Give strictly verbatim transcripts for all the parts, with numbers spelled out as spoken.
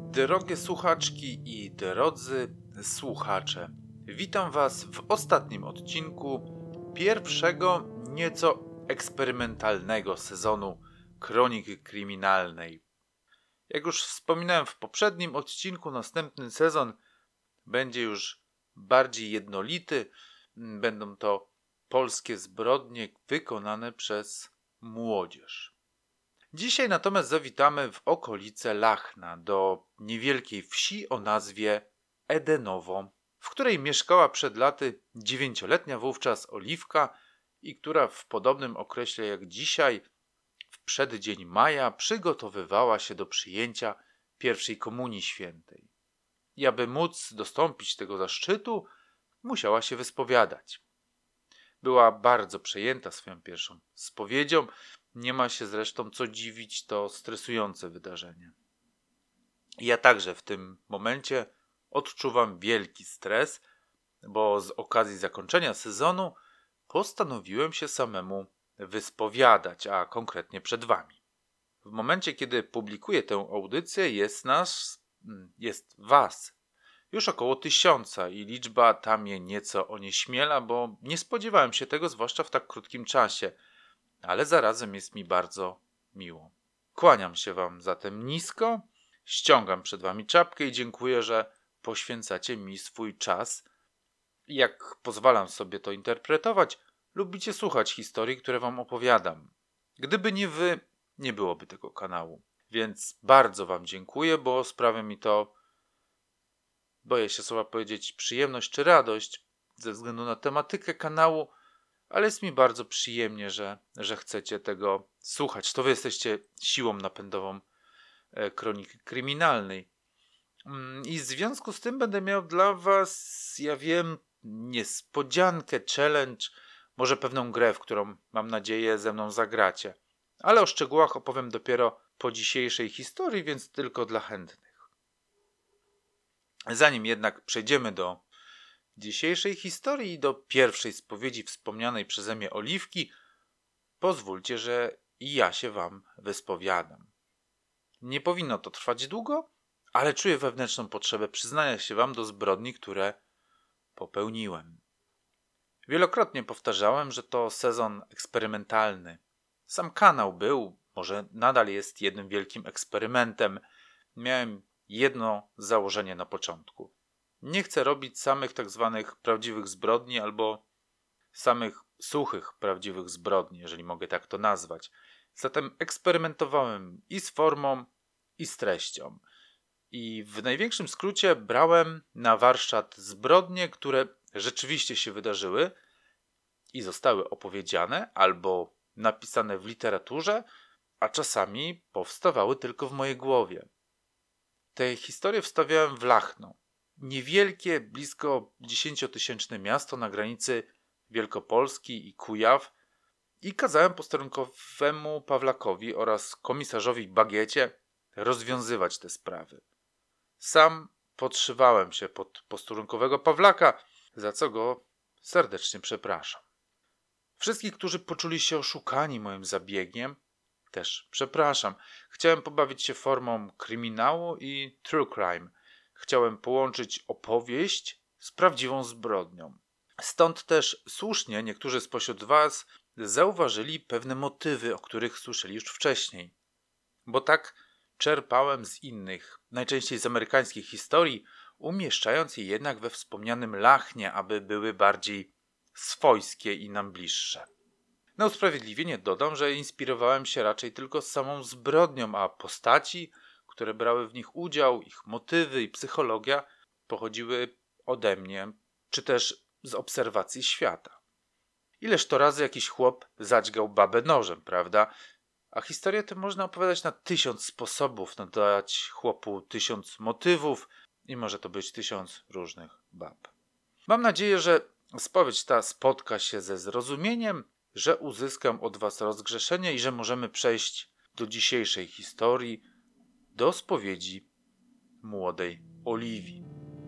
Drogie słuchaczki i drodzy słuchacze, witam Was w ostatnim odcinku pierwszego, nieco eksperymentalnego sezonu Kroniki Kryminalnej. Jak już wspominałem w poprzednim odcinku, następny sezon będzie już bardziej jednolity. Będą to polskie zbrodnie wykonane przez młodzież. Dzisiaj natomiast zawitamy w okolice Lachna, do niewielkiej wsi o nazwie Edenowo, w której mieszkała przed laty dziewięcioletnia wówczas Oliwka i która w podobnym okresie jak dzisiaj, w przeddzień maja, przygotowywała się do przyjęcia pierwszej komunii świętej. I aby móc dostąpić tego zaszczytu, musiała się wyspowiadać. Była bardzo przejęta swoją pierwszą spowiedzią. Nie ma się zresztą co dziwić, to stresujące wydarzenie. Ja także w tym momencie odczuwam wielki stres, bo z okazji zakończenia sezonu postanowiłem się samemu wyspowiadać, a konkretnie przed Wami. W momencie, kiedy publikuję tę audycję, jest nas, jest Was już około tysiąca i liczba ta mnie nieco onieśmiela, bo nie spodziewałem się tego, zwłaszcza w tak krótkim czasie. Ale zarazem jest mi bardzo miło. Kłaniam się Wam zatem nisko, ściągam przed Wami czapkę i dziękuję, że poświęcacie mi swój czas. Jak pozwalam sobie to interpretować, lubicie słuchać historii, które Wam opowiadam. Gdyby nie Wy, nie byłoby tego kanału. Więc bardzo Wam dziękuję, bo sprawia mi to, boję się słowa powiedzieć, przyjemność czy radość ze względu na tematykę kanału, ale jest mi bardzo przyjemnie, że, że chcecie tego słuchać. To wy jesteście siłą napędową e, Kroniki Kryminalnej. Mm, I w związku z tym będę miał dla was, ja wiem, niespodziankę, challenge, może pewną grę, w którą mam nadzieję ze mną zagracie. Ale o szczegółach opowiem dopiero po dzisiejszej historii, więc tylko dla chętnych. Zanim jednak przejdziemy do dzisiejszej historii i do pierwszej spowiedzi wspomnianej przeze mnie Oliwki, pozwólcie, że i ja się wam wyspowiadam. Nie powinno to trwać długo, ale czuję wewnętrzną potrzebę przyznania się wam do zbrodni, które popełniłem. Wielokrotnie powtarzałem, że to sezon eksperymentalny. Sam kanał był, może nadal jest jednym wielkim eksperymentem. Miałem jedno założenie na początku. Nie chcę robić samych tak zwanych prawdziwych zbrodni albo samych suchych prawdziwych zbrodni, jeżeli mogę tak to nazwać. Zatem eksperymentowałem i z formą, i z treścią. I w największym skrócie brałem na warsztat zbrodnie, które rzeczywiście się wydarzyły i zostały opowiedziane albo napisane w literaturze, a czasami powstawały tylko w mojej głowie. Te historie wstawiałem w Lachno. Niewielkie, blisko dziesięciotysięczne miasto na granicy Wielkopolski i Kujaw i kazałem posterunkowemu Pawlakowi oraz komisarzowi Bagiecie rozwiązywać te sprawy. Sam podszywałem się pod posterunkowego Pawlaka, za co go serdecznie przepraszam. Wszystkich, którzy poczuli się oszukani moim zabiegiem, też przepraszam. Chciałem pobawić się formą kryminału i true crime. Chciałem połączyć opowieść z prawdziwą zbrodnią. Stąd też słusznie niektórzy spośród was zauważyli pewne motywy, o których słyszeli już wcześniej. Bo tak czerpałem z innych, najczęściej z amerykańskich historii, umieszczając je jednak we wspomnianym Lachnie, aby były bardziej swojskie i nam bliższe. Na usprawiedliwienie dodam, że inspirowałem się raczej tylko samą zbrodnią, a postaci, które brały w nich udział, ich motywy i psychologia pochodziły ode mnie, czy też z obserwacji świata. Ileż to razy jakiś chłop zadźgał babę nożem, prawda? A historię tę można opowiadać na tysiąc sposobów, nadać chłopu tysiąc motywów i może to być tysiąc różnych bab. Mam nadzieję, że spowiedź ta spotka się ze zrozumieniem, że uzyskam od was rozgrzeszenie i że możemy przejść do dzisiejszej historii, do spowiedzi młodej Oliwii.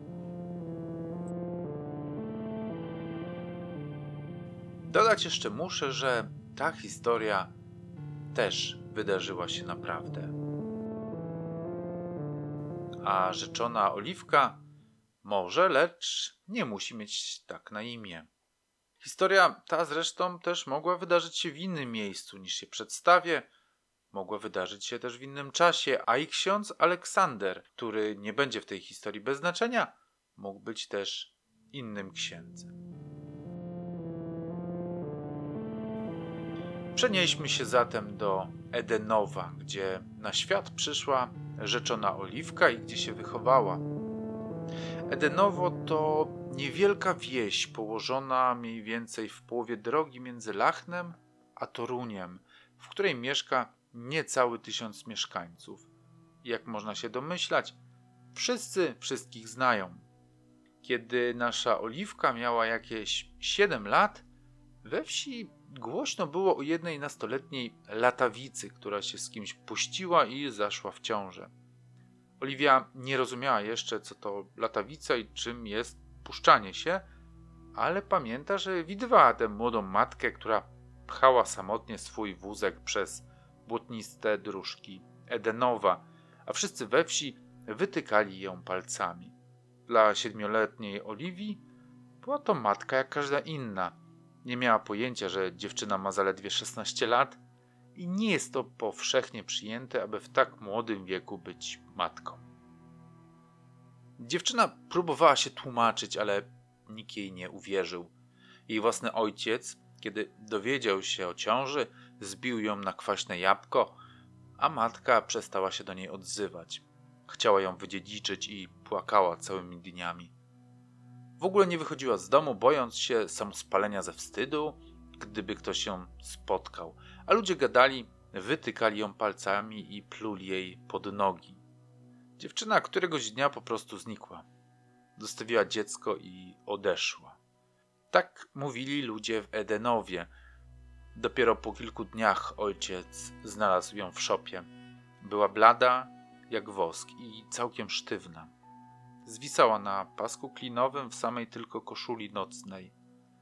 Dodać jeszcze muszę, że ta historia też wydarzyła się naprawdę. a rzeczona Oliwka może, lecz nie musi mieć tak na imię. Historia ta zresztą też mogła wydarzyć się w innym miejscu niż się przedstawię, mogła wydarzyć się też w innym czasie, a i ksiądz Aleksander, który nie będzie w tej historii bez znaczenia, mógł być też innym księdzem. Przenieśmy się zatem do Edenowa, gdzie na świat przyszła rzeczona Oliwka i gdzie się wychowała. Edenowo to niewielka wieś położona mniej więcej w połowie drogi między Lachnem a Toruniem, w której mieszka niecały tysiąc mieszkańców. Jak można się domyślać, wszyscy wszystkich znają. Kiedy nasza Oliwka miała jakieś siedem lat, we wsi głośno było o jednej nastoletniej latawicy, która się z kimś puściła i zaszła w ciążę. Oliwia nie rozumiała jeszcze, co to latawica i czym jest puszczanie się, ale pamięta, że widywała tę młodą matkę, która pchała samotnie swój wózek przez błotniste dróżki Edenowa, a wszyscy we wsi wytykali ją palcami. Dla siedmioletniej Oliwii była to matka jak każda inna. Nie miała pojęcia, że dziewczyna ma zaledwie szesnaście lat i nie jest to powszechnie przyjęte, aby w tak młodym wieku być matką. Dziewczyna próbowała się tłumaczyć, ale nikt jej nie uwierzył. Jej własny ojciec, kiedy dowiedział się o ciąży, zbił ją na kwaśne jabłko, a matka przestała się do niej odzywać. Chciała ją wydziedziczyć i płakała całymi dniami. W ogóle nie wychodziła z domu, bojąc się samospalenia ze wstydu, gdyby ktoś ją spotkał. A ludzie gadali, wytykali ją palcami i pluli jej pod nogi. Dziewczyna któregoś dnia po prostu znikła. Zostawiła dziecko i odeszła. Tak mówili ludzie w Edenowie. Dopiero po kilku dniach ojciec znalazł ją w szopie. Była blada jak wosk i całkiem sztywna. Zwisała na pasku klinowym w samej tylko koszuli nocnej.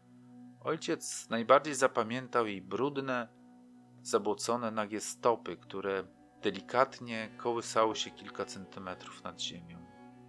Ojciec najbardziej zapamiętał jej brudne, zabłocone nagie stopy, które delikatnie kołysały się kilka centymetrów nad ziemią.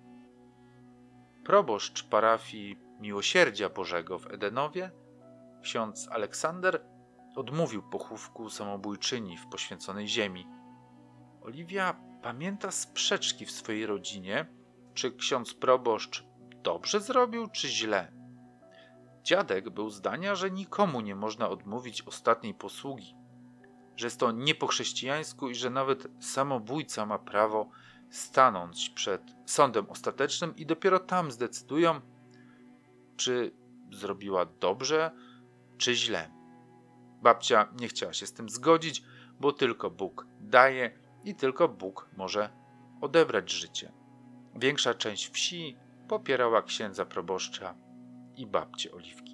Proboszcz parafii Miłosierdzia Bożego w Edenowie, ksiądz Aleksander, odmówił pochówku samobójczyni w poświęconej ziemi. Oliwia pamięta sprzeczki w swojej rodzinie, czy ksiądz proboszcz dobrze zrobił, czy źle. Dziadek był zdania, że nikomu nie można odmówić ostatniej posługi, że jest to nie po chrześcijańsku i że nawet samobójca ma prawo stanąć przed sądem ostatecznym i dopiero tam zdecydują, czy zrobiła dobrze, czy źle. Babcia nie chciała się z tym zgodzić, bo tylko Bóg daje i tylko Bóg może odebrać życie. Większa część wsi popierała księdza proboszcza i babcię Oliwki.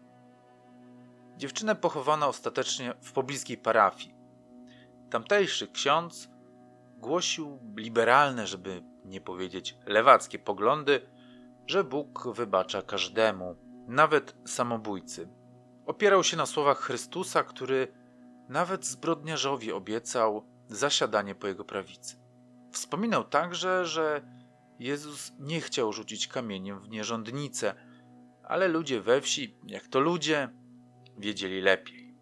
Dziewczynę pochowano ostatecznie w pobliskiej parafii. Tamtejszy ksiądz głosił liberalne, żeby nie powiedzieć lewackie poglądy, że Bóg wybacza każdemu, nawet samobójcy. Opierał się na słowach Chrystusa, który nawet zbrodniarzowi obiecał zasiadanie po jego prawicy. Wspominał także, że Jezus nie chciał rzucić kamieniem w nierządnicę, ale ludzie we wsi, jak to ludzie, wiedzieli lepiej.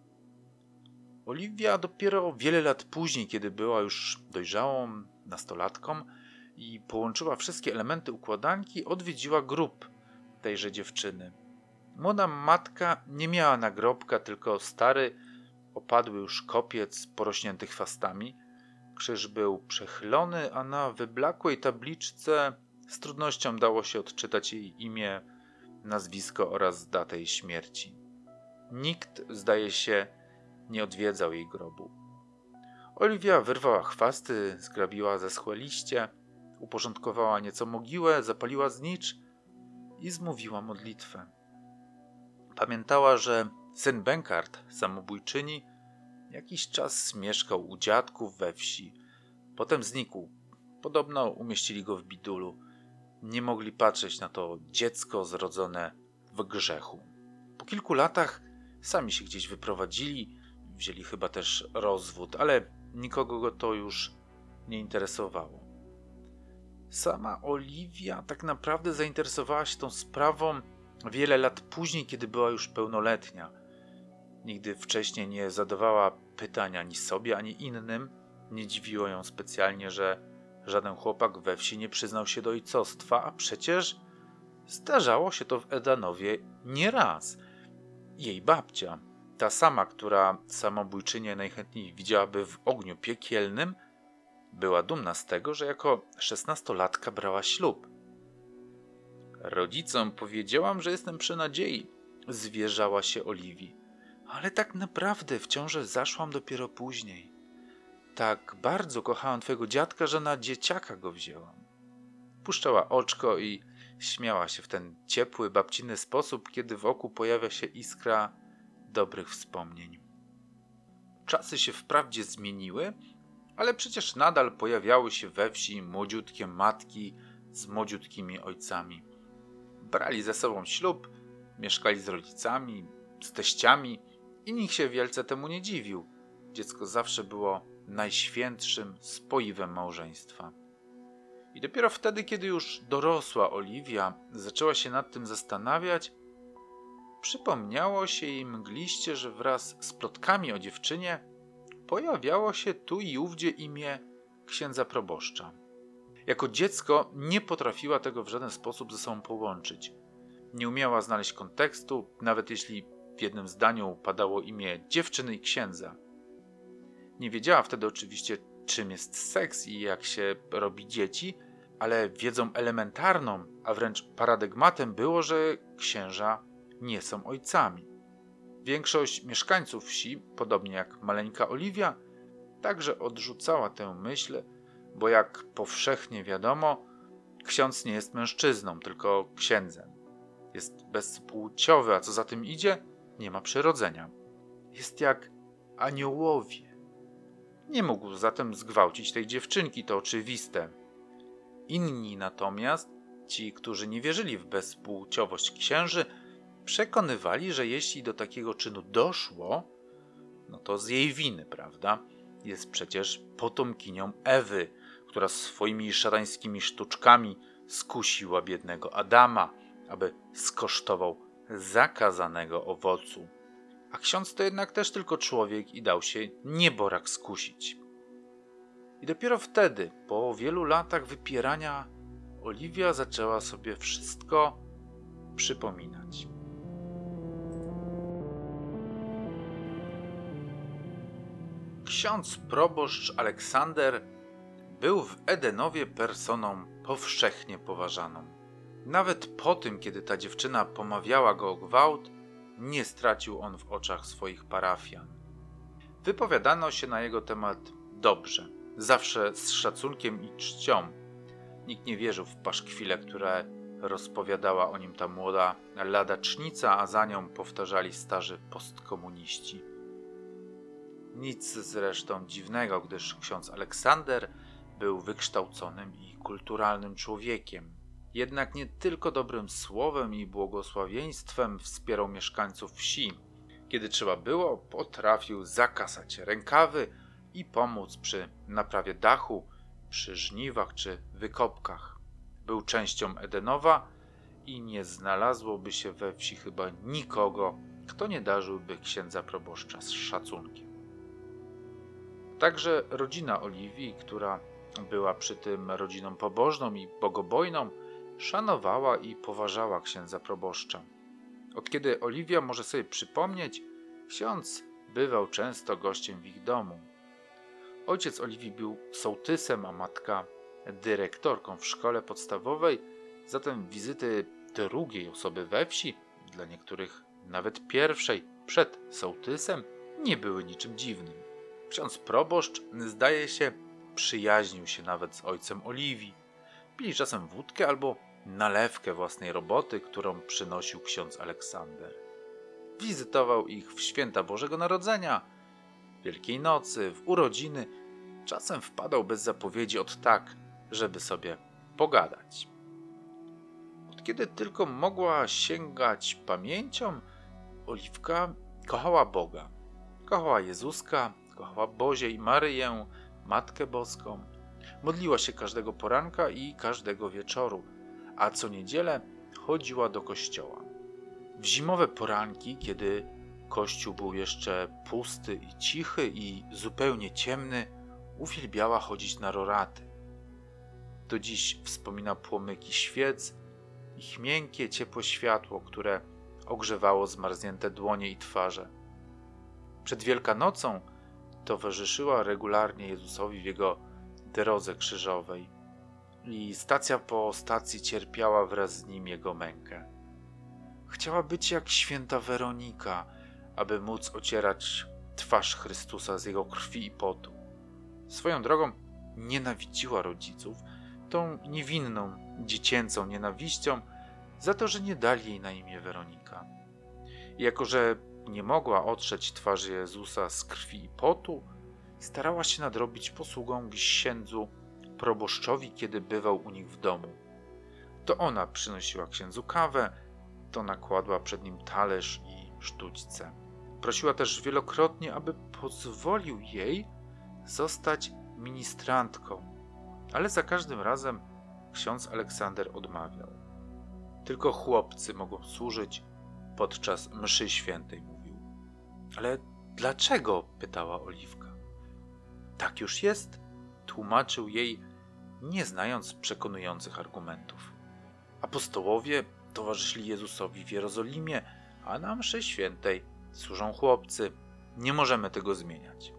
Oliwia dopiero wiele lat później, kiedy była już dojrzałą nastolatką i połączyła wszystkie elementy układanki, odwiedziła grób tejże dziewczyny. Młoda matka nie miała nagrobka, tylko stary, opadły już kopiec porośnięty chwastami. Krzyż był przechylony, a na wyblakłej tabliczce z trudnością dało się odczytać jej imię, nazwisko oraz datę jej śmierci. Nikt, zdaje się, nie odwiedzał jej grobu. Oliwia wyrwała chwasty, zgrabiła zeschłe liście, uporządkowała nieco mogiłę, zapaliła znicz i zmówiła modlitwę. Pamiętała, że syn Benkart, samobójczyni, jakiś czas mieszkał u dziadków we wsi. Potem znikł. Podobno umieścili go w bidulu. Nie mogli patrzeć na to dziecko zrodzone w grzechu. Po kilku latach sami się gdzieś wyprowadzili, wzięli chyba też rozwód, ale nikogo go to już nie interesowało. Sama Oliwia tak naprawdę zainteresowała się tą sprawą wiele lat później, kiedy była już pełnoletnia. Nigdy wcześniej nie zadawała pytań ani sobie, ani innym. Nie dziwiło ją specjalnie, że żaden chłopak we wsi nie przyznał się do ojcostwa, a przecież zdarzało się to w Edanowie nieraz. Jej babcia, ta sama, która samobójczynię najchętniej widziałaby w ogniu piekielnym, była dumna z tego, że jako szesnastolatka brała ślub. Rodzicom powiedziałam, że jestem przy nadziei, zwierzała się Oliwii. Ale tak naprawdę w ciążę zaszłam dopiero później. Tak bardzo kochałam twojego dziadka, że na dzieciaka go wzięłam. Puszczała oczko i śmiała się w ten ciepły, babciny sposób, kiedy wokół pojawia się iskra dobrych wspomnień. Czasy się wprawdzie zmieniły, ale przecież nadal pojawiały się we wsi młodziutkie matki z młodziutkimi ojcami. Brali ze sobą ślub, mieszkali z rodzicami, z teściami i nikt się wielce temu nie dziwił. Dziecko zawsze było najświętszym spoiwem małżeństwa. I dopiero wtedy, kiedy już dorosła Oliwia zaczęła się nad tym zastanawiać, przypomniało się jej mgliście, że wraz z plotkami o dziewczynie pojawiało się tu i ówdzie imię księdza proboszcza. Jako dziecko nie potrafiła tego w żaden sposób ze sobą połączyć. Nie umiała znaleźć kontekstu, nawet jeśli w jednym zdaniu padało imię dziewczyny i księdza. Nie wiedziała wtedy oczywiście, czym jest seks i jak się robi dzieci, ale wiedzą elementarną, a wręcz paradygmatem było, że księża nie są ojcami. Większość mieszkańców wsi, podobnie jak maleńka Oliwia, także odrzucała tę myśl, bo jak powszechnie wiadomo, ksiądz nie jest mężczyzną, tylko księdzem. Jest bezpłciowy, a co za tym idzie, nie ma przyrodzenia. Jest jak aniołowie. Nie mógł zatem zgwałcić tej dziewczynki, to oczywiste. Inni natomiast, ci, którzy nie wierzyli w bezpłciowość księży, przekonywali, że jeśli do takiego czynu doszło, no to z jej winy, prawda? Jest przecież potomkinią Ewy, która swoimi szatańskimi sztuczkami skusiła biednego Adama, aby skosztował zakazanego owocu. A ksiądz to jednak też tylko człowiek i dał się nieborak skusić. I dopiero wtedy, po wielu latach wypierania, Oliwia zaczęła sobie wszystko przypominać. Ksiądz proboszcz Aleksander był w Edenowie personą powszechnie poważaną. Nawet po tym, kiedy ta dziewczyna pomawiała go o gwałt, nie stracił on w oczach swoich parafian. Wypowiadano się na jego temat dobrze, zawsze z szacunkiem i czcią. Nikt nie wierzył w paszkwile, które rozpowiadała o nim ta młoda ladacznica, a za nią powtarzali starzy postkomuniści. Nic zresztą dziwnego, gdyż ksiądz Aleksander był wykształconym i kulturalnym człowiekiem. Jednak nie tylko dobrym słowem i błogosławieństwem wspierał mieszkańców wsi. Kiedy trzeba było, potrafił zakasać rękawy i pomóc przy naprawie dachu, przy żniwach czy wykopkach. Był częścią Edenowa i nie znalazłoby się we wsi chyba nikogo, kto nie darzyłby księdza proboszcza z szacunkiem. Także rodzina Oliwii, która była przy tym rodziną pobożną i bogobojną, szanowała i poważała księdza proboszcza. Od kiedy Oliwia może sobie przypomnieć, ksiądz bywał często gościem w ich domu. Ojciec Oliwii był sołtysem, a matka dyrektorką w szkole podstawowej, zatem wizyty drugiej osoby we wsi, dla niektórych nawet pierwszej, przed sołtysem, nie były niczym dziwnym. Ksiądz proboszcz, zdaje się, przyjaźnił się nawet z ojcem Oliwii. Pili czasem wódkę albo nalewkę własnej roboty, którą przynosił ksiądz Aleksander. Wizytował ich w święta Bożego Narodzenia, Wielkiej Nocy, w urodziny. Czasem wpadał bez zapowiedzi od tak, żeby sobie pogadać. Od kiedy tylko mogła sięgać pamięcią, Oliwka kochała Boga. Kochała Jezuska, kochała Bozię i Maryję, Matkę Boską. Modliła się każdego poranka i każdego wieczoru, a co niedzielę chodziła do kościoła. W zimowe poranki, kiedy kościół był jeszcze pusty i cichy i zupełnie ciemny, uwielbiała chodzić na roraty. Do dziś wspomina płomyki świec, ich miękkie, ciepłe światło, które ogrzewało zmarznięte dłonie i twarze. Przed Wielkanocą towarzyszyła regularnie Jezusowi w jego drodze krzyżowej i stacja po stacji cierpiała wraz z nim jego mękę. Chciała być jak święta Weronika, aby móc ocierać twarz Chrystusa z jego krwi i potu. Swoją drogą nienawidziła rodziców, tą niewinną, dziecięcą nienawiścią za to, że nie dali jej na imię Weronika. I jako że nie mogła otrzeć twarzy Jezusa z krwi i potu, starała się nadrobić posługą księdzu proboszczowi, kiedy bywał u nich w domu. To ona przynosiła księdzu kawę, to nakładła przed nim talerz i sztućce. Prosiła też wielokrotnie, aby pozwolił jej zostać ministrantką, ale za każdym razem ksiądz Aleksander odmawiał. Tylko chłopcy mogą służyć podczas mszy świętej, mówił. Ale dlaczego? Pytała Oliwka. Tak już jest, tłumaczył jej, nie znając przekonujących argumentów. Apostołowie towarzyszyli Jezusowi w Jerozolimie, a na mszy świętej służą chłopcy. Nie możemy tego zmieniać.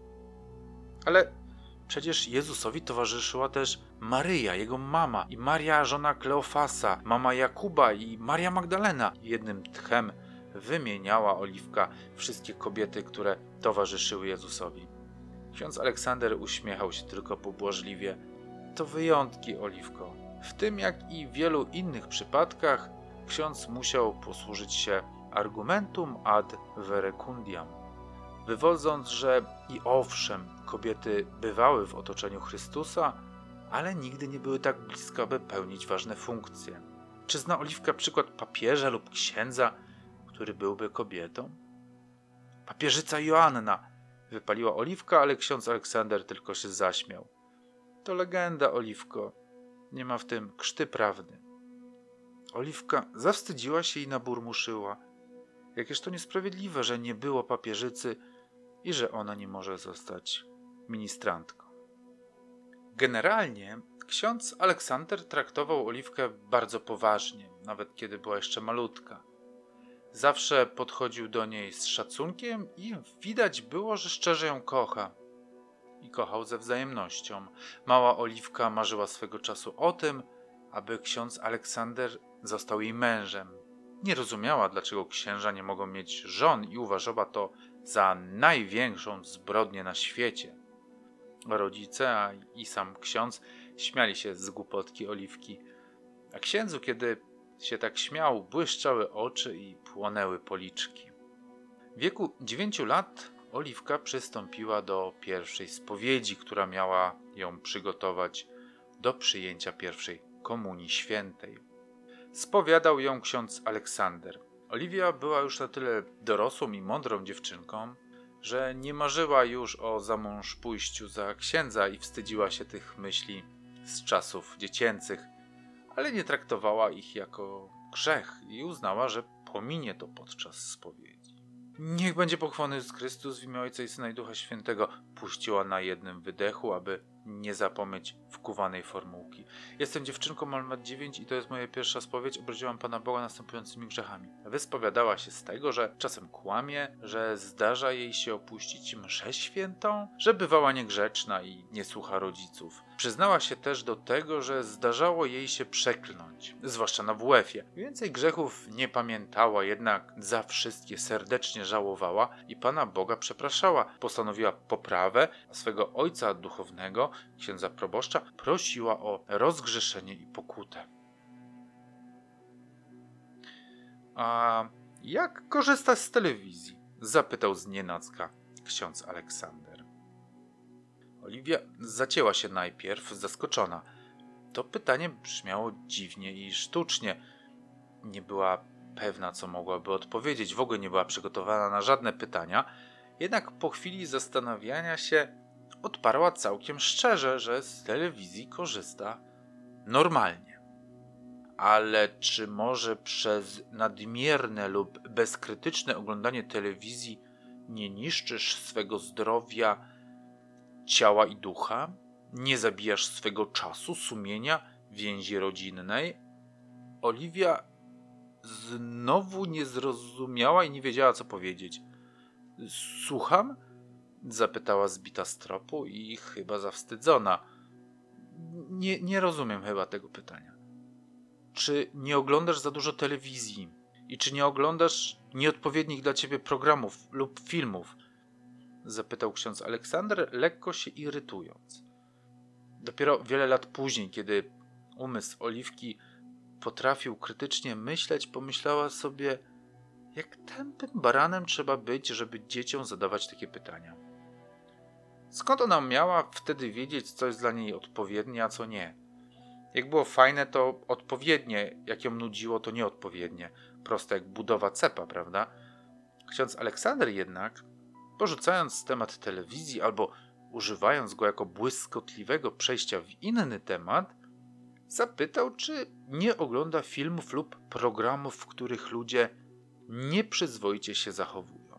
Ale przecież Jezusowi towarzyszyła też Maryja, jego mama, i Maria, żona Kleofasa, mama Jakuba i Maria Magdalena. Jednym tchem wymieniała Oliwka wszystkie kobiety, które towarzyszyły Jezusowi. Ksiądz Aleksander uśmiechał się tylko pobłażliwie. To wyjątki, Oliwko. W tym, jak i w wielu innych przypadkach, ksiądz musiał posłużyć się argumentum ad verecundiam, wywodząc, że i owszem, kobiety bywały w otoczeniu Chrystusa, ale nigdy nie były tak blisko, by pełnić ważne funkcje. Czy zna Oliwka przykład papieża lub księdza, który byłby kobietą? Papieżyca Joanna, wypaliła Oliwka, ale ksiądz Aleksander tylko się zaśmiał. To legenda, Oliwko. Nie ma w tym krzty prawdy. Oliwka zawstydziła się i naburmuszyła. Jakież to niesprawiedliwe, że nie było papieżycy i że ona nie może zostać ministrantką. Generalnie ksiądz Aleksander traktował Oliwkę bardzo poważnie, nawet kiedy była jeszcze malutka. Zawsze podchodził do niej z szacunkiem i widać było, że szczerze ją kocha. I kochał ze wzajemnością. Mała Oliwka marzyła swego czasu o tym, aby ksiądz Aleksander został jej mężem. Nie rozumiała, dlaczego księża nie mogą mieć żon i uważała to za największą zbrodnię na świecie. Rodzice, a i sam ksiądz śmiali się z głupotki Oliwki. A księdzu, kiedy się tak śmiał, błyszczały oczy i płonęły policzki. W wieku dziewięciu lat Oliwka przystąpiła do pierwszej spowiedzi, która miała ją przygotować do przyjęcia pierwszej komunii świętej. Spowiadał ją ksiądz Aleksander. Oliwia była już na tyle dorosłą i mądrą dziewczynką, że nie marzyła już o zamążpójściu za księdza i wstydziła się tych myśli z czasów dziecięcych, ale nie traktowała ich jako grzech i uznała, że pominie to podczas spowiedzi. Niech będzie pochwalony Jezus Chrystus w imię Ojca i Syna i Ducha Świętego, puściła na jednym wydechu, aby nie zapomnieć wkuwanej formułki. Jestem dziewczynką, mam lat dziewięć i to jest moja pierwsza spowiedź. Obraziłam Pana Boga następującymi grzechami. Wyspowiadała się z tego, że czasem kłamie, że zdarza jej się opuścić mszę świętą, że bywała niegrzeczna i nie słucha rodziców. Przyznała się też do tego, że zdarzało jej się przeklnąć, zwłaszcza na W F-ie. Więcej grzechów nie pamiętała, jednak za wszystkie serdecznie żałowała i Pana Boga przepraszała. Postanowiła poprawę, a swego ojca duchownego, księdza proboszcza, prosiła o rozgrzeszenie i pokutę. A jak korzystać z telewizji? Zapytał znienacka ksiądz Aleksander. Oliwia zacięła się najpierw, zaskoczona. To pytanie brzmiało dziwnie i sztucznie. Nie była pewna, co mogłaby odpowiedzieć. W ogóle nie była przygotowana na żadne pytania. Jednak po chwili zastanawiania się odparła całkiem szczerze, że z telewizji korzysta normalnie. Ale czy może przez nadmierne lub bezkrytyczne oglądanie telewizji nie niszczysz swego zdrowia, ciała i ducha? Nie zabijasz swego czasu, sumienia, więzi rodzinnej? Oliwia znowu nie zrozumiała i nie wiedziała, co powiedzieć. Słucham? Zapytała zbita z tropu i chyba zawstydzona. Nie, nie rozumiem chyba tego pytania. Czy nie oglądasz za dużo telewizji? I czy nie oglądasz nieodpowiednich dla ciebie programów lub filmów? Zapytał ksiądz Aleksander, lekko się irytując. Dopiero wiele lat później, kiedy umysł Oliwki potrafił krytycznie myśleć, pomyślała sobie, jak tępym baranem trzeba być, żeby dzieciom zadawać takie pytania. Skąd ona miała wtedy wiedzieć, co jest dla niej odpowiednie, a co nie? Jak było fajne, to odpowiednie, jak ją nudziło, to nieodpowiednie. Proste jak budowa cepa, prawda? Ksiądz Aleksander jednak, porzucając temat telewizji albo używając go jako błyskotliwego przejścia w inny temat, zapytał, czy nie ogląda filmów lub programów, w których ludzie nieprzyzwoicie się zachowują.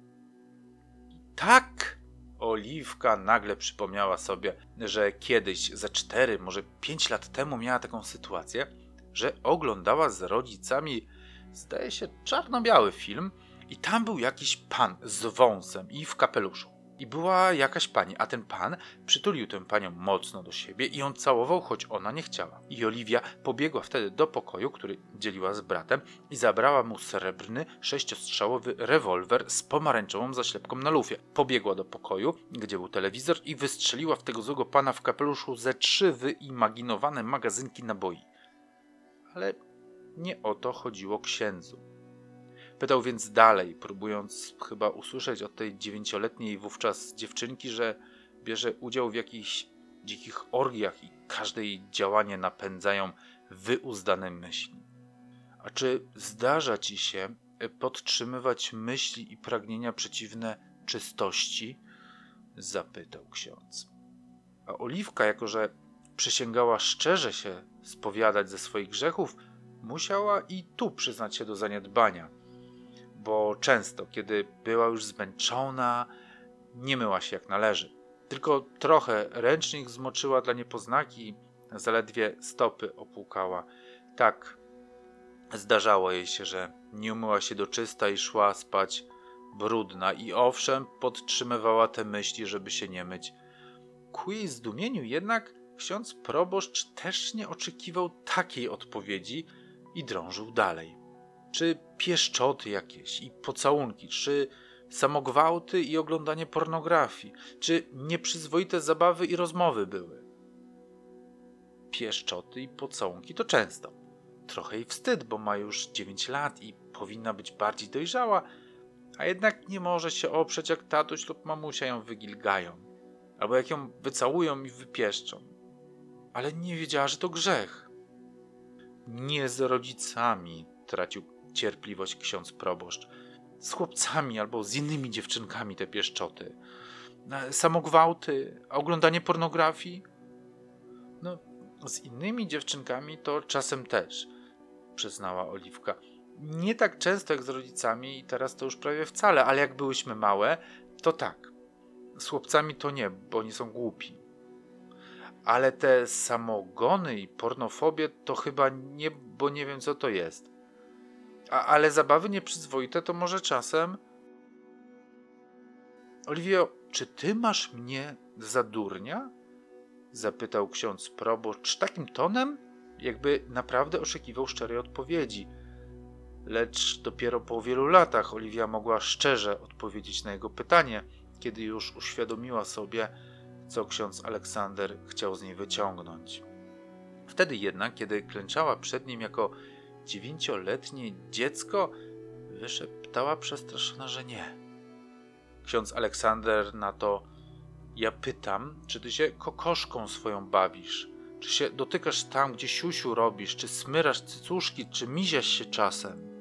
Tak! Oliwka nagle przypomniała sobie, że kiedyś, za cztery, może pięć lat temu miała taką sytuację, że oglądała z rodzicami, zdaje się, czarno-biały film i tam był jakiś pan z wąsem i w kapeluszu. I była jakaś pani, a ten pan przytulił tę panią mocno do siebie i ją całował, choć ona nie chciała. I Oliwia pobiegła wtedy do pokoju, który dzieliła z bratem i zabrała mu srebrny, sześciostrzałowy rewolwer z pomarańczową zaślepką na lufie. Pobiegła do pokoju, gdzie był telewizor i wystrzeliła w tego złego pana w kapeluszu ze trzy wyimaginowane magazynki naboi. Ale nie o to chodziło księdzu. Pytał więc dalej, próbując chyba usłyszeć od tej dziewięcioletniej wówczas dziewczynki, że bierze udział w jakichś dzikich orgiach i każde jej działanie napędzają wyuzdane myśli. A czy zdarza ci się podtrzymywać myśli i pragnienia przeciwne czystości? Zapytał ksiądz. A Oliwka, jako że przysięgała szczerze się spowiadać ze swoich grzechów, musiała i tu przyznać się do zaniedbania. Bo często, kiedy była już zmęczona, nie myła się jak należy. Tylko trochę ręcznik zmoczyła dla niepoznaki, zaledwie stopy opłukała. Tak, zdarzało jej się, że nie umyła się do czysta i szła spać brudna i owszem, podtrzymywała te myśli, żeby się nie myć. Ku jej zdumieniu jednak ksiądz proboszcz też nie oczekiwał takiej odpowiedzi i drążył dalej. Czy pieszczoty jakieś i pocałunki, czy samogwałty i oglądanie pornografii, czy nieprzyzwoite zabawy i rozmowy były? Pieszczoty i pocałunki to często. Trochę jej wstyd, bo ma już dziewięć lat i powinna być bardziej dojrzała, a jednak nie może się oprzeć, jak tatuś lub mamusia ją wygilgają, albo jak ją wycałują i wypieszczą. Ale nie wiedziała, że to grzech. Nie z rodzicami tracił cierpliwość ksiądz proboszcz. Z chłopcami albo z innymi dziewczynkami te pieszczoty. Samogwałty, oglądanie pornografii. No, z innymi dziewczynkami to czasem też, przyznała Oliwka. Nie tak często jak z rodzicami i teraz to już prawie wcale, ale jak byłyśmy małe, to tak. Z chłopcami to nie, bo oni są głupi. Ale te samogony i pornofobię to chyba nie, bo nie wiem co to jest. A, ale zabawy nieprzyzwoite to może czasem... Oliwio, czy ty masz mnie za durnia? Zapytał ksiądz proboszcz takim tonem, jakby naprawdę oczekiwał szczerej odpowiedzi. Lecz dopiero po wielu latach Oliwia mogła szczerze odpowiedzieć na jego pytanie, kiedy już uświadomiła sobie, co ksiądz Aleksander chciał z niej wyciągnąć. Wtedy jednak, kiedy klęczała przed nim jako dziewięcioletnie dziecko, wyszeptała przestraszona, że nie. Ksiądz Aleksander na to: ja pytam, czy ty się kokoszką swoją bawisz, czy się dotykasz tam, gdzie siusiu robisz, czy smyrasz cycuszki, czy miziasz się czasem.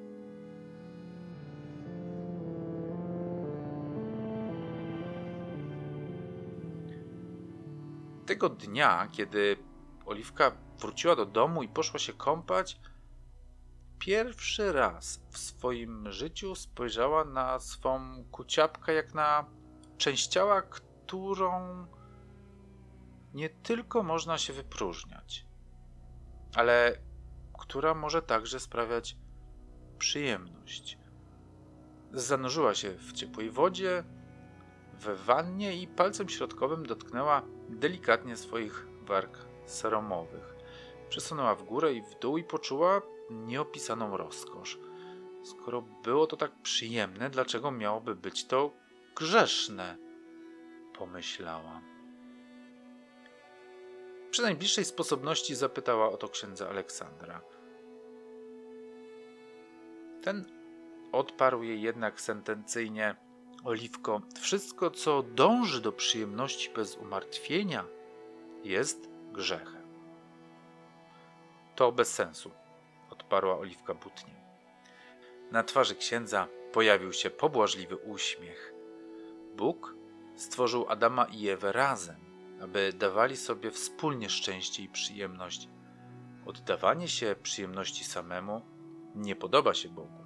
Tego dnia, kiedy Oliwka wróciła do domu i poszła się kąpać, pierwszy raz w swoim życiu spojrzała na swą kuciapkę jak na część ciała, którą nie tylko można się wypróżniać, ale która może także sprawiać przyjemność. Zanurzyła się w ciepłej wodzie, we wannie i palcem środkowym dotknęła delikatnie swoich warg seromowych. Przesunęła w górę i w dół i poczuła nieopisaną rozkosz. Skoro było to tak przyjemne, dlaczego miałoby być to grzeszne? Pomyślała. Przy najbliższej sposobności zapytała o to księdza Aleksandra. Ten odparł jej jednak sentencyjnie: Oliwko, wszystko, co dąży do przyjemności bez umartwienia, jest grzechem. To bez sensu, odparła Oliwka butnie. Na twarzy księdza pojawił się pobłażliwy uśmiech. Bóg stworzył Adama i Ewę razem, aby dawali sobie wspólnie szczęście i przyjemność. Oddawanie się przyjemności samemu nie podoba się Bogu.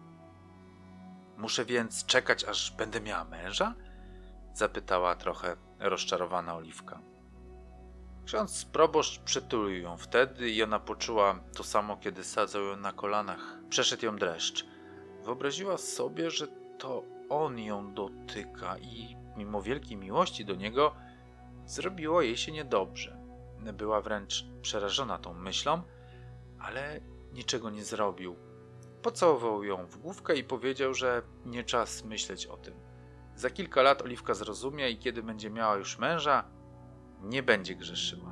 Muszę więc czekać, aż będę miała męża? Zapytała trochę rozczarowana Oliwka. Ksiądz proboszcz przytulił ją wtedy i ona poczuła to samo, kiedy sadzał ją na kolanach. Przeszedł ją dreszcz. Wyobraziła sobie, że to on ją dotyka i mimo wielkiej miłości do niego zrobiło jej się niedobrze. Była wręcz przerażona tą myślą, ale niczego nie zrobił. Pocałował ją w główkę i powiedział, że nie czas myśleć o tym. Za kilka lat Oliwka zrozumie i kiedy będzie miała już męża, nie będzie grzeszyła.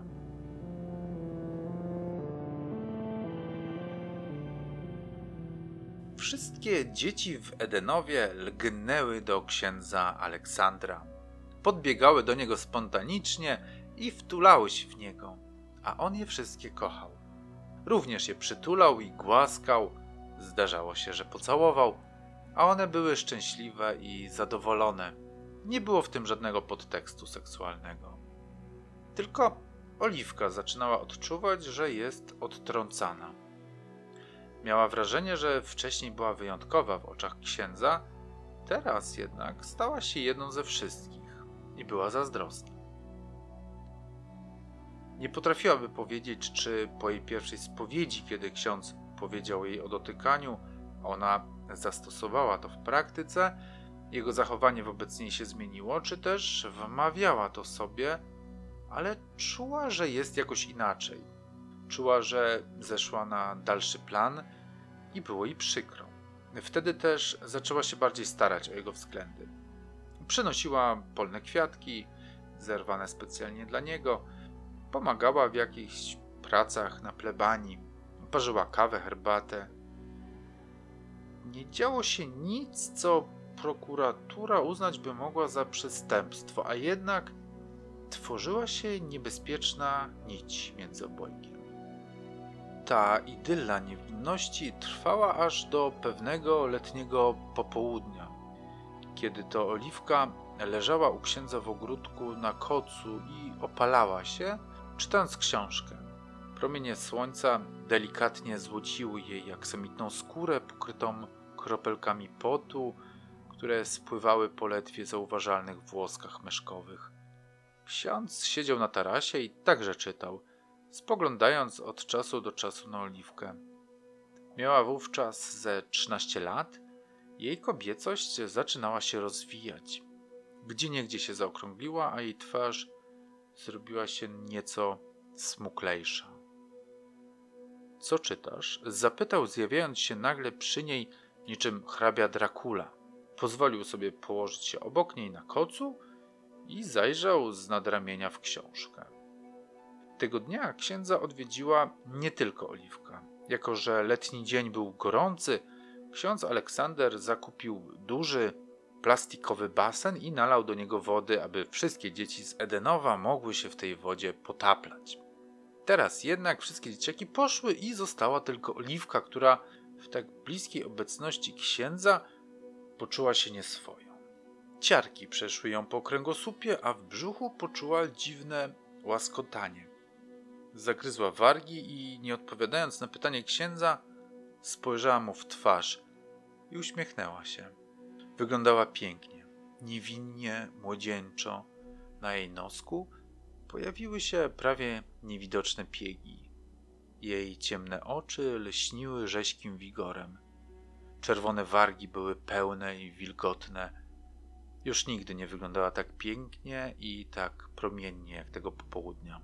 Wszystkie dzieci w Edenowie lgnęły do księdza Aleksandra. Podbiegały do niego spontanicznie i wtulały się w niego, a on je wszystkie kochał. Również je przytulał i głaskał, zdarzało się, że pocałował, a one były szczęśliwe i zadowolone. Nie było w tym żadnego podtekstu seksualnego. Tylko Oliwka zaczynała odczuwać, że jest odtrącana. Miała wrażenie, że wcześniej była wyjątkowa w oczach księdza, teraz jednak stała się jedną ze wszystkich i była zazdrosna. Nie potrafiłaby powiedzieć, czy po jej pierwszej spowiedzi, kiedy ksiądz powiedział jej o dotykaniu, a ona zastosowała to w praktyce, jego zachowanie wobec niej się zmieniło, czy też wmawiała to sobie, ale czuła, że jest jakoś inaczej. Czuła, że zeszła na dalszy plan i było jej przykro. Wtedy też zaczęła się bardziej starać o jego względy. Przynosiła polne kwiatki, zerwane specjalnie dla niego, pomagała w jakichś pracach na plebanii, parzyła kawę, herbatę. Nie działo się nic, co prokuratura uznać by mogła za przestępstwo, a jednak tworzyła się niebezpieczna nić między obojgiem. Ta idylla niewinności trwała aż do pewnego letniego popołudnia, kiedy to Oliwka leżała u księdza w ogródku na kocu i opalała się, czytając książkę. Promienie słońca delikatnie złociły jej aksamitną skórę pokrytą kropelkami potu, które spływały po ledwie zauważalnych włoskach myszkowych. Ksiądz siedział na tarasie i także czytał, spoglądając od czasu do czasu na Oliwkę. Miała wówczas ze trzynaście lat, jej kobiecość zaczynała się rozwijać. Gdzieniegdzie się zaokrągliła, a jej twarz zrobiła się nieco smuklejsza. Co czytasz? Zapytał, zjawiając się nagle przy niej niczym hrabia Dracula. Pozwolił sobie położyć się obok niej na kocu i zajrzał z nadramienia w książkę. Tego dnia księdza odwiedziła nie tylko Oliwka. Jako że letni dzień był gorący, ksiądz Aleksander zakupił duży, plastikowy basen i nalał do niego wody, aby wszystkie dzieci z Edenowa mogły się w tej wodzie potaplać. Teraz jednak wszystkie dzieciaki poszły i została tylko Oliwka, która w tak bliskiej obecności księdza poczuła się nieswojo. Ciarki przeszły ją po kręgosłupie, a w brzuchu poczuła dziwne łaskotanie. Zagryzła wargi i, nie odpowiadając na pytanie księdza, spojrzała mu w twarz i uśmiechnęła się. Wyglądała pięknie, niewinnie, młodzieńczo. Na jej nosku pojawiły się prawie niewidoczne piegi. Jej ciemne oczy lśniły rześkim wigorem. Czerwone wargi były pełne i wilgotne. Już nigdy nie wyglądała tak pięknie i tak promiennie jak tego popołudnia.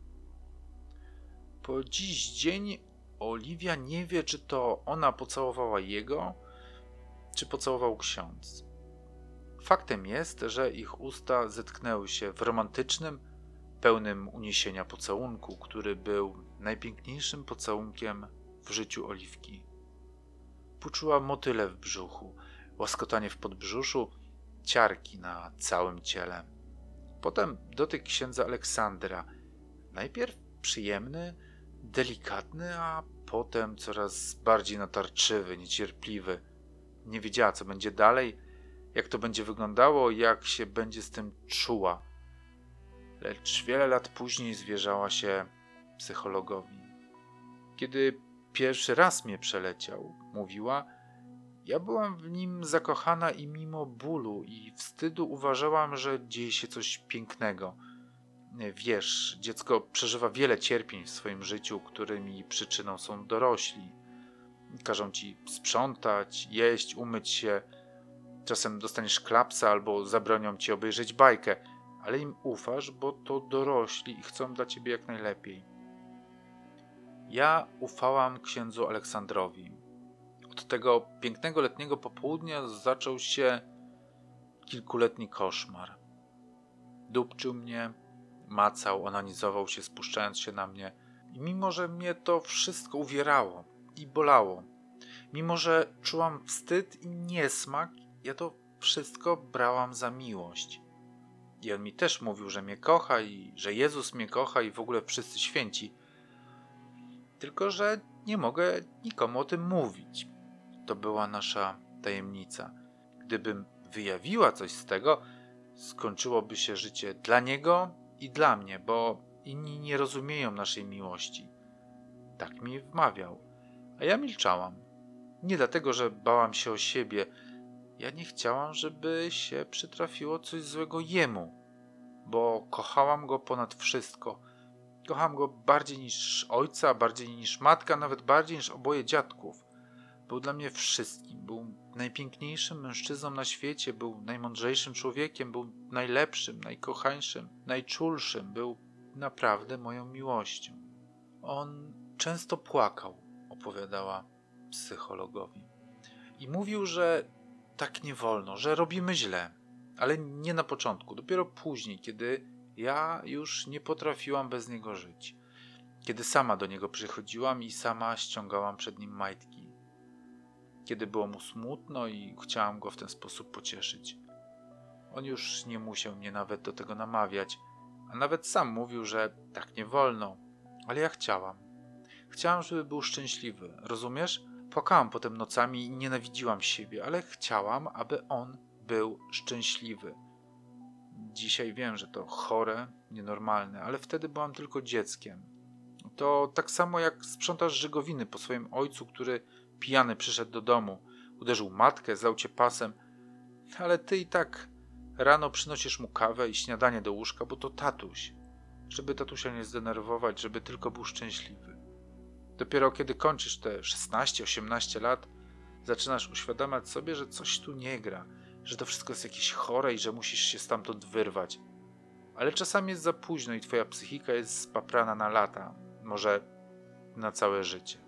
Po dziś dzień Oliwia nie wie, czy to ona pocałowała jego, czy pocałował ksiądz. Faktem jest, że ich usta zetknęły się w romantycznym, pełnym uniesienia pocałunku, który był najpiękniejszym pocałunkiem w życiu Oliwki. Poczuła motyle w brzuchu, łaskotanie w podbrzuszu, ciarki na całym ciele. Potem dotyk księdza Aleksandra. Najpierw przyjemny, delikatny, a potem coraz bardziej natarczywy, niecierpliwy. Nie wiedziała, co będzie dalej, jak to będzie wyglądało, jak się będzie z tym czuła. Lecz wiele lat później zwierzała się psychologowi. Kiedy pierwszy raz mnie przeleciał, mówiła, ja byłam w nim zakochana i mimo bólu i wstydu uważałam, że dzieje się coś pięknego. Wiesz, dziecko przeżywa wiele cierpień w swoim życiu, którymi przyczyną są dorośli. Każą ci sprzątać, jeść, umyć się. Czasem dostaniesz klapsa albo zabronią ci obejrzeć bajkę, ale im ufasz, bo to dorośli i chcą dla ciebie jak najlepiej. Ja ufałam księdzu Aleksandrowi. Od tego pięknego letniego popołudnia zaczął się kilkuletni koszmar. Dupczył mnie, macał, onanizował się, spuszczając się na mnie. I mimo, że mnie to wszystko uwierało i bolało, mimo, że czułam wstyd i niesmak, ja to wszystko brałam za miłość. I on mi też mówił, że mnie kocha i że Jezus mnie kocha i w ogóle wszyscy święci. Tylko że nie mogę nikomu o tym mówić. To była nasza tajemnica. Gdybym wyjawiła coś z tego, skończyłoby się życie dla niego i dla mnie, bo inni nie rozumieją naszej miłości. Tak mi wmawiał. A ja milczałam. Nie dlatego, że bałam się o siebie. Ja nie chciałam, żeby się przytrafiło coś złego jemu, bo kochałam go ponad wszystko. Kocham go bardziej niż ojca, bardziej niż matka, nawet bardziej niż oboje dziadków. Był dla mnie wszystkim. Był najpiękniejszym mężczyzną na świecie, był najmądrzejszym człowiekiem, był najlepszym, najkochańszym, najczulszym. Był naprawdę moją miłością. On często płakał, opowiadała psychologowi. I mówił, że tak nie wolno, że robimy źle. Ale nie na początku, dopiero później, kiedy ja już nie potrafiłam bez niego żyć. Kiedy sama do niego przychodziłam i sama ściągałam przed nim majtki. Kiedy było mu smutno i chciałam go w ten sposób pocieszyć. On już nie musiał mnie nawet do tego namawiać, a nawet sam mówił, że tak nie wolno. Ale ja chciałam. Chciałam, żeby był szczęśliwy, rozumiesz? Płakałam potem nocami i nienawidziłam siebie, ale chciałam, aby on był szczęśliwy. Dzisiaj wiem, że to chore, nienormalne, ale wtedy byłam tylko dzieckiem. To tak samo jak sprzątasz żygowiny po swoim ojcu, który pijany przyszedł do domu, uderzył matkę, zlał cię pasem, ale ty i tak rano przynosisz mu kawę i śniadanie do łóżka, bo to tatuś, żeby tatusia nie zdenerwować, żeby tylko był szczęśliwy. Dopiero kiedy kończysz te szesnaście osiemnaście lat, zaczynasz uświadamiać sobie, że coś tu nie gra, że to wszystko jest jakieś chore i że musisz się stamtąd wyrwać. Ale czasami jest za późno i twoja psychika jest spaprana na lata, może na całe życie.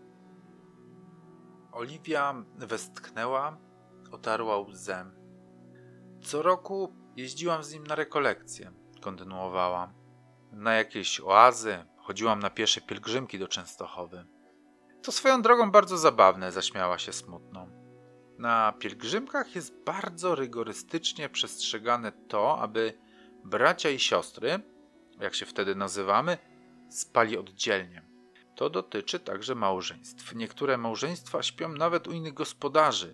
Oliwia westchnęła, otarła łzę. Co roku jeździłam z nim na rekolekcje, kontynuowała. Na jakieś oazy, chodziłam na piesze pielgrzymki do Częstochowy. To swoją drogą bardzo zabawne, zaśmiała się smutno. Na pielgrzymkach jest bardzo rygorystycznie przestrzegane to, aby bracia i siostry, jak się wtedy nazywamy, spali oddzielnie. To dotyczy także małżeństw. Niektóre małżeństwa śpią nawet u innych gospodarzy.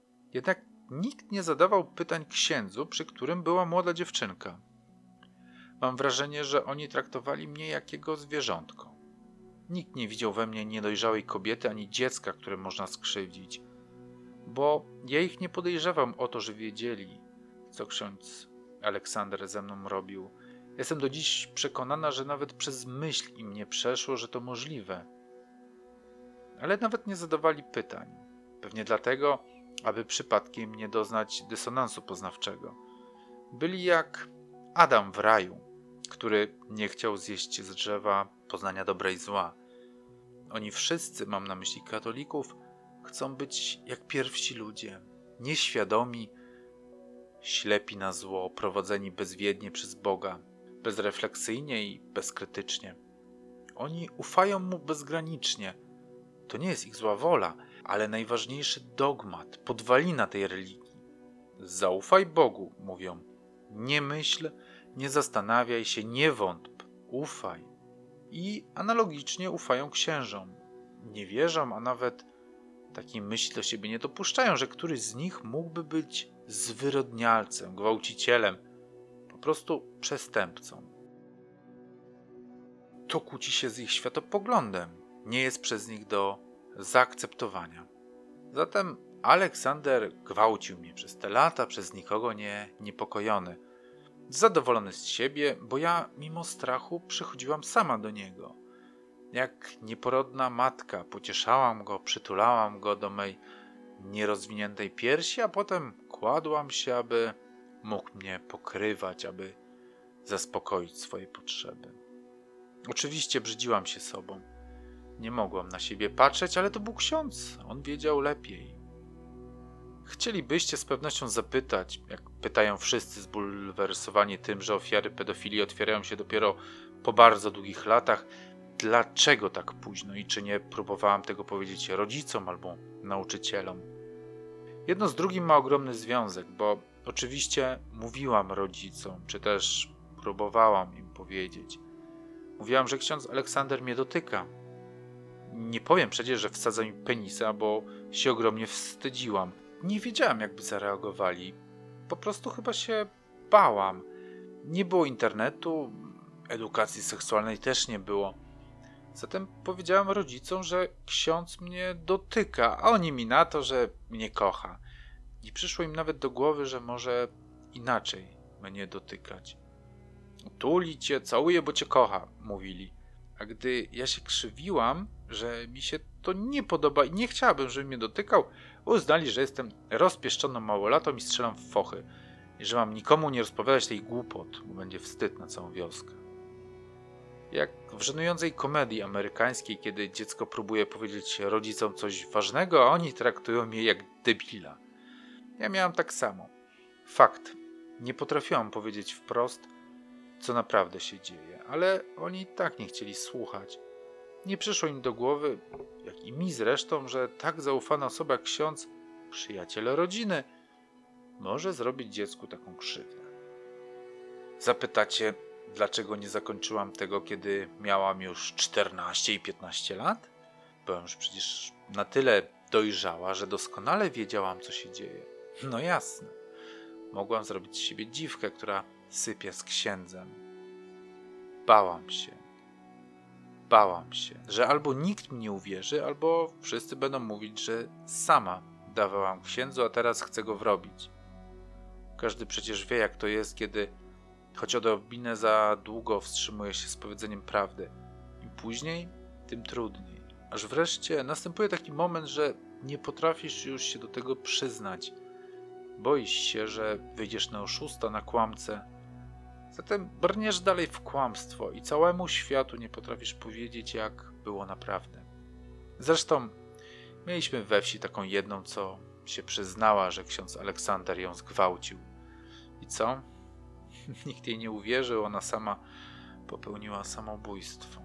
Jednak nikt nie zadawał pytań księdzu, przy którym była młoda dziewczynka. Mam wrażenie, że oni traktowali mnie jak jego zwierzątko. Nikt nie widział we mnie niedojrzałej kobiety ani dziecka, które można skrzywdzić, bo ja ich nie podejrzewam o to, że wiedzieli, co ksiądz Aleksander ze mną robił. Jestem do dziś przekonana, że nawet przez myśl im nie przeszło, że to możliwe. Ale nawet nie zadawali pytań. Pewnie dlatego, aby przypadkiem nie doznać dysonansu poznawczego. Byli jak Adam w raju, który nie chciał zjeść z drzewa poznania dobra i zła. Oni wszyscy, mam na myśli katolików, chcą być jak pierwsi ludzie, nieświadomi, ślepi na zło, prowadzeni bezwiednie przez Boga, bezrefleksyjnie i bezkrytycznie. Oni ufają Mu bezgranicznie. To nie jest ich zła wola, ale najważniejszy dogmat, podwalina tej religii. Zaufaj Bogu, mówią. Nie myśl, nie zastanawiaj się, nie wątp, ufaj. I analogicznie ufają księżom. Nie wierzą, a nawet takiej myśli do siebie nie dopuszczają, że któryś z nich mógłby być zwyrodnialcem, gwałcicielem, po prostu przestępcą. To kłóci się z ich światopoglądem, nie jest przez nich do zaakceptowania. Zatem Aleksander gwałcił mnie przez te lata, przez nikogo nie niepokojony. Zadowolony z siebie, bo ja mimo strachu przychodziłam sama do niego. Jak nieporodna matka pocieszałam go, przytulałam go do mej nierozwiniętej piersi, a potem kładłam się, aby mógł mnie pokrywać, aby zaspokoić swoje potrzeby. Oczywiście brzydziłam się sobą. Nie mogłam na siebie patrzeć, ale to był ksiądz. On wiedział lepiej. Chcielibyście z pewnością zapytać, jak pytają wszyscy zbulwersowani tym, że ofiary pedofilii otwierają się dopiero po bardzo długich latach, dlaczego tak późno i czy nie próbowałam tego powiedzieć rodzicom albo nauczycielom. Jedno z drugim ma ogromny związek, bo oczywiście mówiłam rodzicom, czy też próbowałam im powiedzieć. Mówiłam, że ksiądz Aleksander mnie dotyka. Nie powiem przecież, że wsadza mi penisa, bo się ogromnie wstydziłam. Nie wiedziałam, jakby zareagowali. Po prostu chyba się bałam. Nie było internetu, edukacji seksualnej też nie było. Zatem powiedziałam rodzicom, że ksiądz mnie dotyka, a oni mi na to, że mnie kocha. Nie przyszło im nawet do głowy, że może inaczej mnie dotykać. Tuli cię, całuje, bo cię kocha, mówili. A gdy ja się krzywiłam, że mi się to nie podoba i nie chciałabym, żeby mnie dotykał, uznali, że jestem rozpieszczoną małolatą i strzelam w fochy. I że mam nikomu nie rozpowiadać tej głupot, bo będzie wstyd na całą wioskę. Jak w żenującej komedii amerykańskiej, kiedy dziecko próbuje powiedzieć rodzicom coś ważnego, a oni traktują je jak debila. Ja miałam tak samo. Fakt. Nie potrafiłam powiedzieć wprost, co naprawdę się dzieje, ale oni i tak nie chcieli słuchać. Nie przyszło im do głowy, jak i mi zresztą, że tak zaufana osoba jak ksiądz, przyjaciel rodziny, może zrobić dziecku taką krzywdę. Zapytacie, dlaczego nie zakończyłam tego, kiedy miałam już czternaście i piętnaście lat? Byłam już przecież na tyle dojrzała, że doskonale wiedziałam, co się dzieje. No jasne. Mogłam zrobić z siebie dziwkę, która sypie z księdzem. Bałam się. Bałam się, że albo nikt mi nie uwierzy, albo wszyscy będą mówić, że sama dawałam księdzu, a teraz chcę go wrobić. Każdy przecież wie, jak to jest, kiedy choć odrobinę za długo wstrzymuje się z powiedzeniem prawdy. Im później, tym trudniej. Aż wreszcie następuje taki moment, że nie potrafisz już się do tego przyznać. Boisz się, że wyjdziesz na oszusta, na kłamcę. Zatem brniesz dalej w kłamstwo i całemu światu nie potrafisz powiedzieć, jak było naprawdę. Zresztą mieliśmy we wsi taką jedną, co się przyznała, że ksiądz Aleksander ją zgwałcił. I co? Nikt jej nie uwierzył, ona sama popełniła samobójstwo.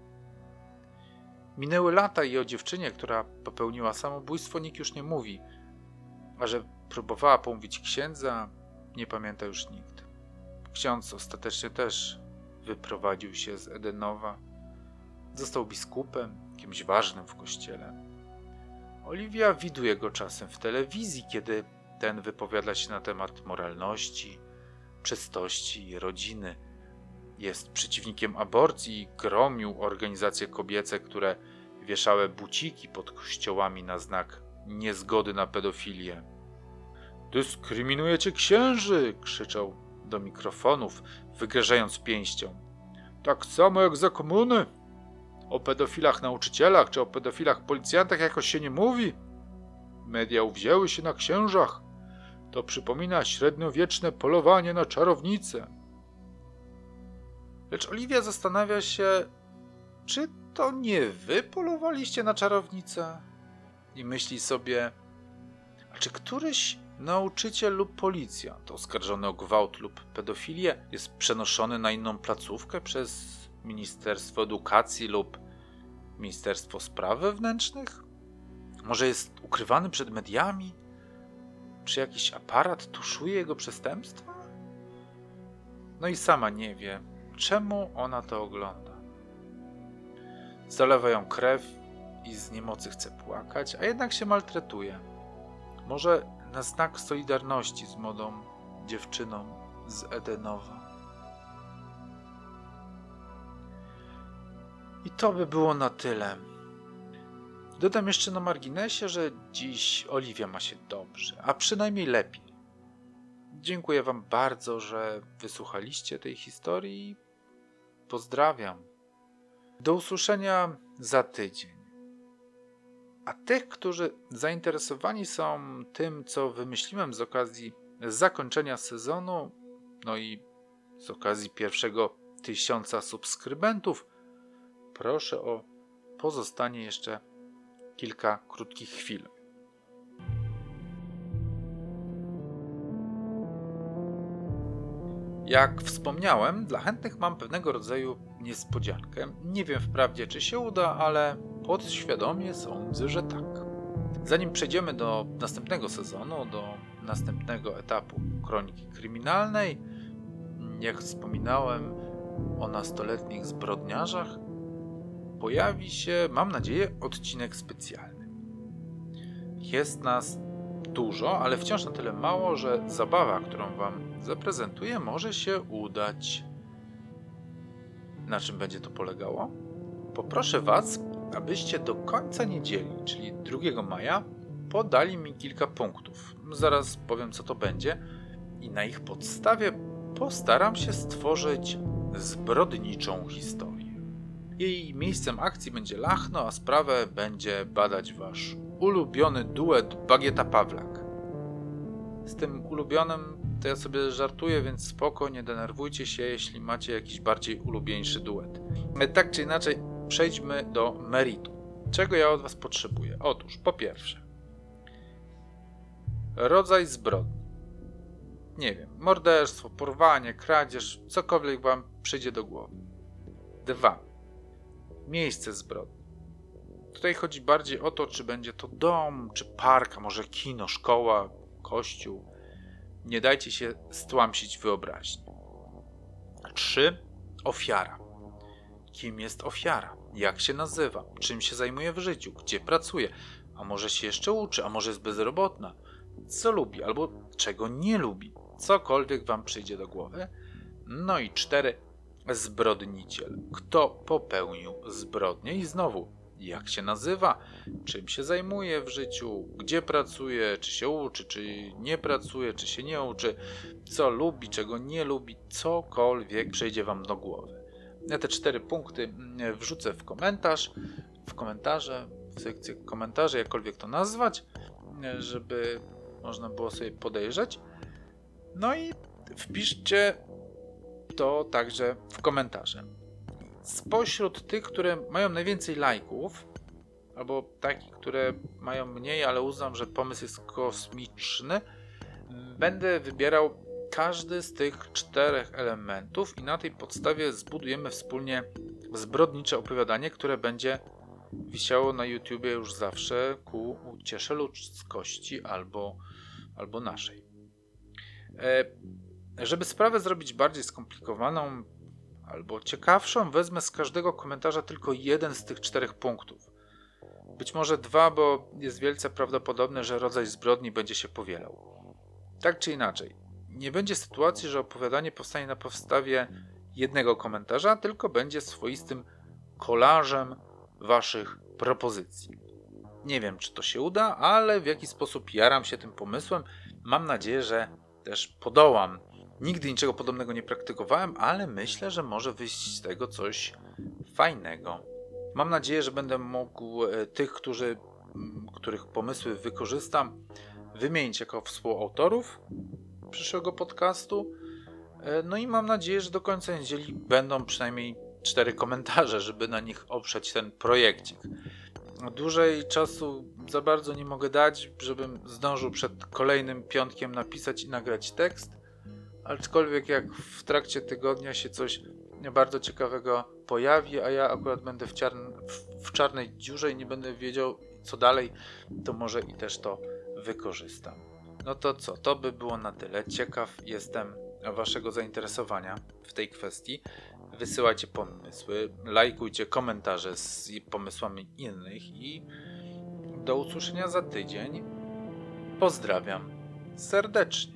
Minęły lata i o dziewczynie, która popełniła samobójstwo, nikt już nie mówi. A że próbowała pomówić księdza, nie pamięta już nikt. Ksiądz ostatecznie też wyprowadził się z Edenowa. Został biskupem, kimś ważnym w kościele. Oliwia widuje go czasem w telewizji, kiedy ten wypowiada się na temat moralności, czystości i rodziny. jest przeciwnikiem aborcji i gromił organizacje kobiece, które wieszały buciki pod kościołami na znak niezgody na pedofilię. Dyskryminujecie księży! Krzyczał do mikrofonów, wygryzając pięścią. Tak samo jak za komuny. O pedofilach nauczycielach czy o pedofilach policjantach jakoś się nie mówi. Media uwzięły się na księżach. To przypomina średniowieczne polowanie na czarownicę. Lecz Oliwia zastanawia się, czy to nie wy polowaliście na czarownicę? I myśli sobie, a czy któryś nauczyciel lub policjant oskarżony o gwałt lub pedofilię jest przenoszony na inną placówkę przez Ministerstwo Edukacji lub Ministerstwo Spraw Wewnętrznych? Może jest ukrywany przed mediami? Czy jakiś aparat tuszuje jego przestępstwa? No i sama nie wie, czemu ona to ogląda. Zalewa ją krew i z niemocy chce płakać, a jednak się maltretuje. Może na znak solidarności z młodą dziewczyną z Edenowa. I to by było na tyle. Dodam jeszcze na marginesie, że dziś Oliwia ma się dobrze, a przynajmniej lepiej. Dziękuję wam bardzo, że wysłuchaliście tej historii. Pozdrawiam. Do usłyszenia za tydzień. A tych, którzy zainteresowani są tym, co wymyśliłem z okazji zakończenia sezonu, no i z okazji pierwszego tysiąca subskrybentów, proszę o pozostanie jeszcze kilka krótkich chwil. Jak wspomniałem, dla chętnych mam pewnego rodzaju niespodziankę. Nie wiem wprawdzie, czy się uda, ale podświadomie sądzę, że tak. Zanim przejdziemy do następnego sezonu, do następnego etapu Kroniki Kryminalnej, jak wspominałem o nastoletnich zbrodniarzach, pojawi się, mam nadzieję, odcinek specjalny. Jest nas dużo, ale wciąż na tyle mało, że zabawa, którą wam zaprezentuję, może się udać. Na czym będzie to polegało? Poproszę was, abyście do końca niedzieli, czyli drugiego maja, podali mi kilka punktów. Zaraz powiem, co to będzie i na ich podstawie postaram się stworzyć zbrodniczą historię. Jej miejscem akcji będzie Lachno, a sprawę będzie badać wasz ulubiony duet Bagieta Pawlak. Z tym ulubionym to ja sobie żartuję, więc spoko, nie denerwujcie się, jeśli macie jakiś bardziej ulubieńszy duet. Tak czy inaczej, przejdźmy do meritum. Czego ja od was potrzebuję? Otóż, po pierwsze, rodzaj zbrodni. Nie wiem, morderstwo, porwanie, kradzież, cokolwiek wam przyjdzie do głowy. Dwa. Miejsce zbrodni. Tutaj chodzi bardziej o to, czy będzie to dom, czy park, a może kino, szkoła, kościół. Nie dajcie się stłamsić wyobraźni. Trzy. Ofiara. Kim jest ofiara? Jak się nazywa? Czym się zajmuje w życiu? Gdzie pracuje? A może się jeszcze uczy? A może jest bezrobotna? Co lubi albo czego nie lubi? Cokolwiek wam przyjdzie do głowy. No i cztery. Zbrodniciel. Kto popełnił zbrodnię? I znowu, jak się nazywa? Czym się zajmuje w życiu? Gdzie pracuje? Czy się uczy? Czy nie pracuje? Czy się nie uczy? Co lubi? Czego nie lubi? Cokolwiek przyjdzie wam do głowy. Ja te cztery punkty wrzucę w komentarz, w komentarze, w sekcję komentarzy, jakkolwiek to nazwać, żeby można było sobie podejrzeć. No i wpiszcie to także w komentarze. Spośród tych, które mają najwięcej lajków, albo takich, które mają mniej, ale uznam, że pomysł jest kosmiczny, będę wybierał każdy z tych czterech elementów i na tej podstawie zbudujemy wspólnie zbrodnicze opowiadanie, które będzie wisiało na YouTubie już zawsze ku uciesze ludzkości albo, albo naszej. E, żeby sprawę zrobić bardziej skomplikowaną albo ciekawszą, wezmę z każdego komentarza tylko jeden z tych czterech punktów. Być może dwa, bo jest wielce prawdopodobne, że rodzaj zbrodni będzie się powielał. Tak czy inaczej, nie będzie sytuacji, że opowiadanie powstanie na podstawie jednego komentarza, tylko będzie swoistym kolażem waszych propozycji. Nie wiem, czy to się uda, ale w jaki sposób jaram się tym pomysłem. Mam nadzieję, że też podołam. Nigdy niczego podobnego nie praktykowałem, ale myślę, że może wyjść z tego coś fajnego. Mam nadzieję, że będę mógł tych, którzy, których pomysły wykorzystam, wymienić jako współautorów przyszłego podcastu. No i mam nadzieję, że do końca niedzieli będą przynajmniej cztery komentarze, żeby na nich oprzeć ten projekcik. Dłużej czasu za bardzo nie mogę dać, żebym zdążył przed kolejnym piątkiem napisać i nagrać tekst, aczkolwiek jak w trakcie tygodnia się coś bardzo ciekawego pojawi, a ja akurat będę w, ciarn- w czarnej dziurze i nie będę wiedział co dalej, to może i też to wykorzystam. No to co, to by było na tyle. Ciekaw jestem waszego zainteresowania w tej kwestii. Wysyłajcie pomysły, lajkujcie komentarze z pomysłami innych i do usłyszenia za tydzień. Pozdrawiam serdecznie.